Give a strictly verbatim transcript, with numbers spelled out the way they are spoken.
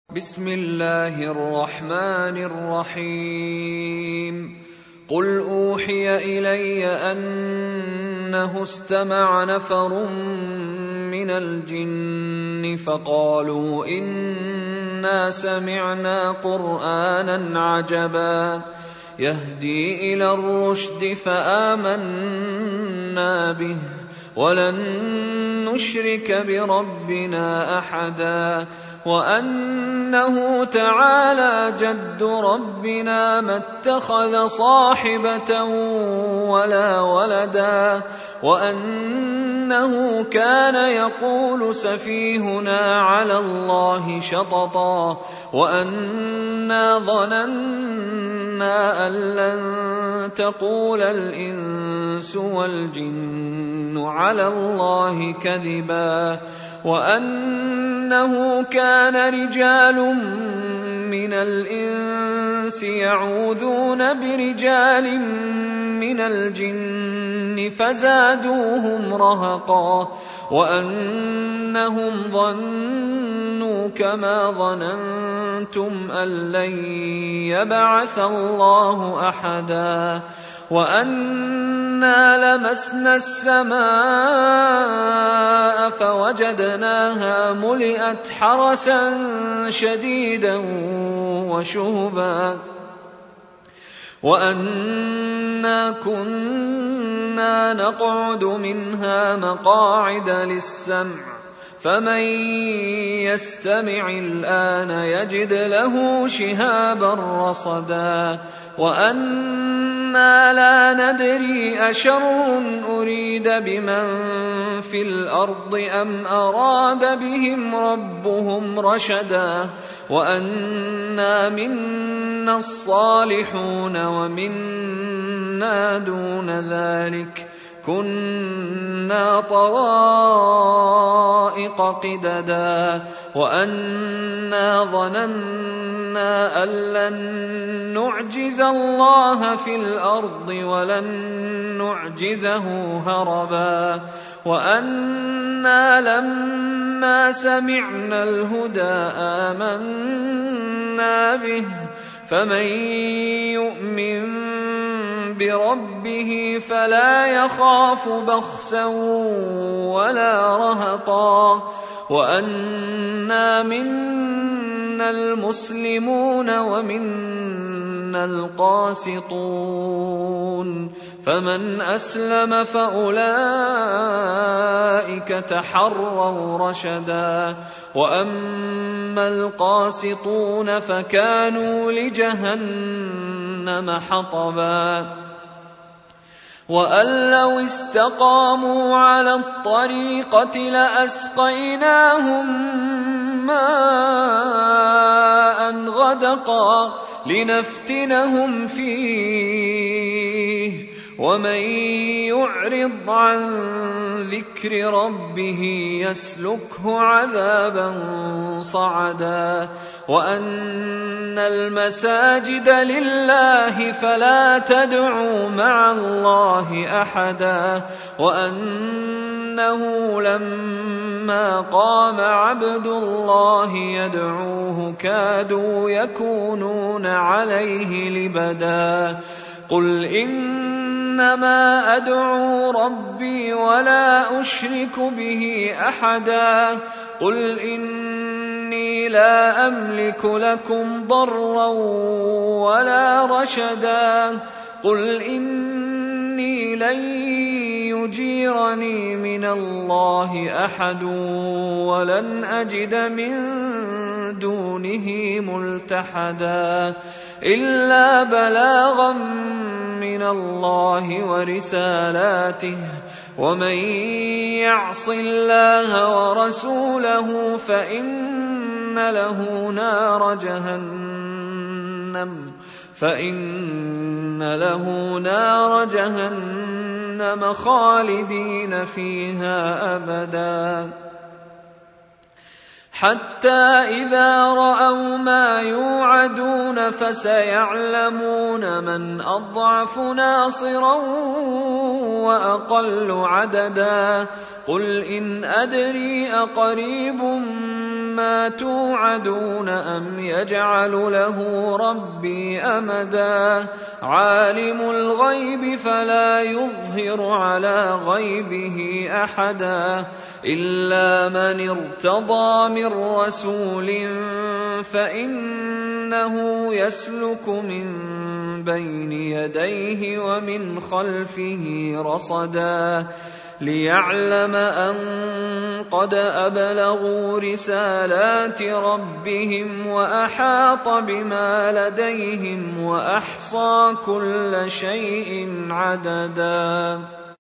بسم الله الرحمن الرحيم قل أوحي إلي أنه استمع نفر من الجن فقالوا إنا سمعنا قرآنا عجبا يهدي إلى الرشد فآمنا به ولن نشرك بربنا أحدا وأنه تعالى جد ربنا ما اتخذ صاحبة ولا ولدا وأنه كان يقول سفيهنا على الله شططا وأنا ظننا أن لن تقول الإنس والجن على الله كذبا وأنه كان رجال من الإنس يعوذون برجال من الجن فزادوهم رهقا وأنهم ظنوا كما ظننتم أن لن يبعث الله أحدا وأنا لمسنا السماء فوجدناها ملئت حرسا شديدا وشهبا وأنا كنا نقعد منها مقاعد للسمع فمن يستمع الآن يجد له شهابا رصدا وأنا لا ندري أشر أريد بمن في الأرض أم أراد بهم ربهم رشدا وأنا منا الصالحون ومنا دون ذلك كنا طرائق قددا وأنا ظننا أن لن نعجز الله في الأرض ولن نعجزه هربا وأنا لما سمعنا الهدى آمنا به فمن يؤمن بربه فلا يخاف بخسا ولا رهقا وأنا منا المسلمون ومنا القاسطون فمن أسلم فأولئك تحروا رشدا وأما القاسطون فكانوا لجهنم حطبا وأن لو استقاموا على الطريقة لأسقيناهم ماء غدقا لنفتنهم فيه ومن يعرض عن ذكر ربه يسلكه عذابا صعدا وأن المساجد لله فلا تدعوا مع الله أحدا وأنه لما قام عبد الله يدعوه كادوا يكونون عليه لبدا قل إنما أدعو ربي ولا أشرك به أحدا قل إني لا أملك لكم ضرا ولا رشدا قل إني لن يجيرني من الله أحد ولن أجد من دونه ملتحدا إلا بلاغا من الله ورسالاته ومن يعص الله ورسوله فإن له نار جهنم فإن له نار جهنم خالدين فيها أبدا حتى إذا رأوا ما يوعدون فسيعلمون من أضعف ناصرا وأقل عددا قل إن أدري أقريب ما توعدون أم يجعل له ربي أمدا عالم الغيب فلا يظهر على غيبه أحدا إلا من ارتضى من رسول فإنه يسلك من بين يديه ومن خلفه رصدا ليعلم أن قد أبلغوا رسالات ربهم وأحاط بما لديهم وأحصى كل شيء عددا.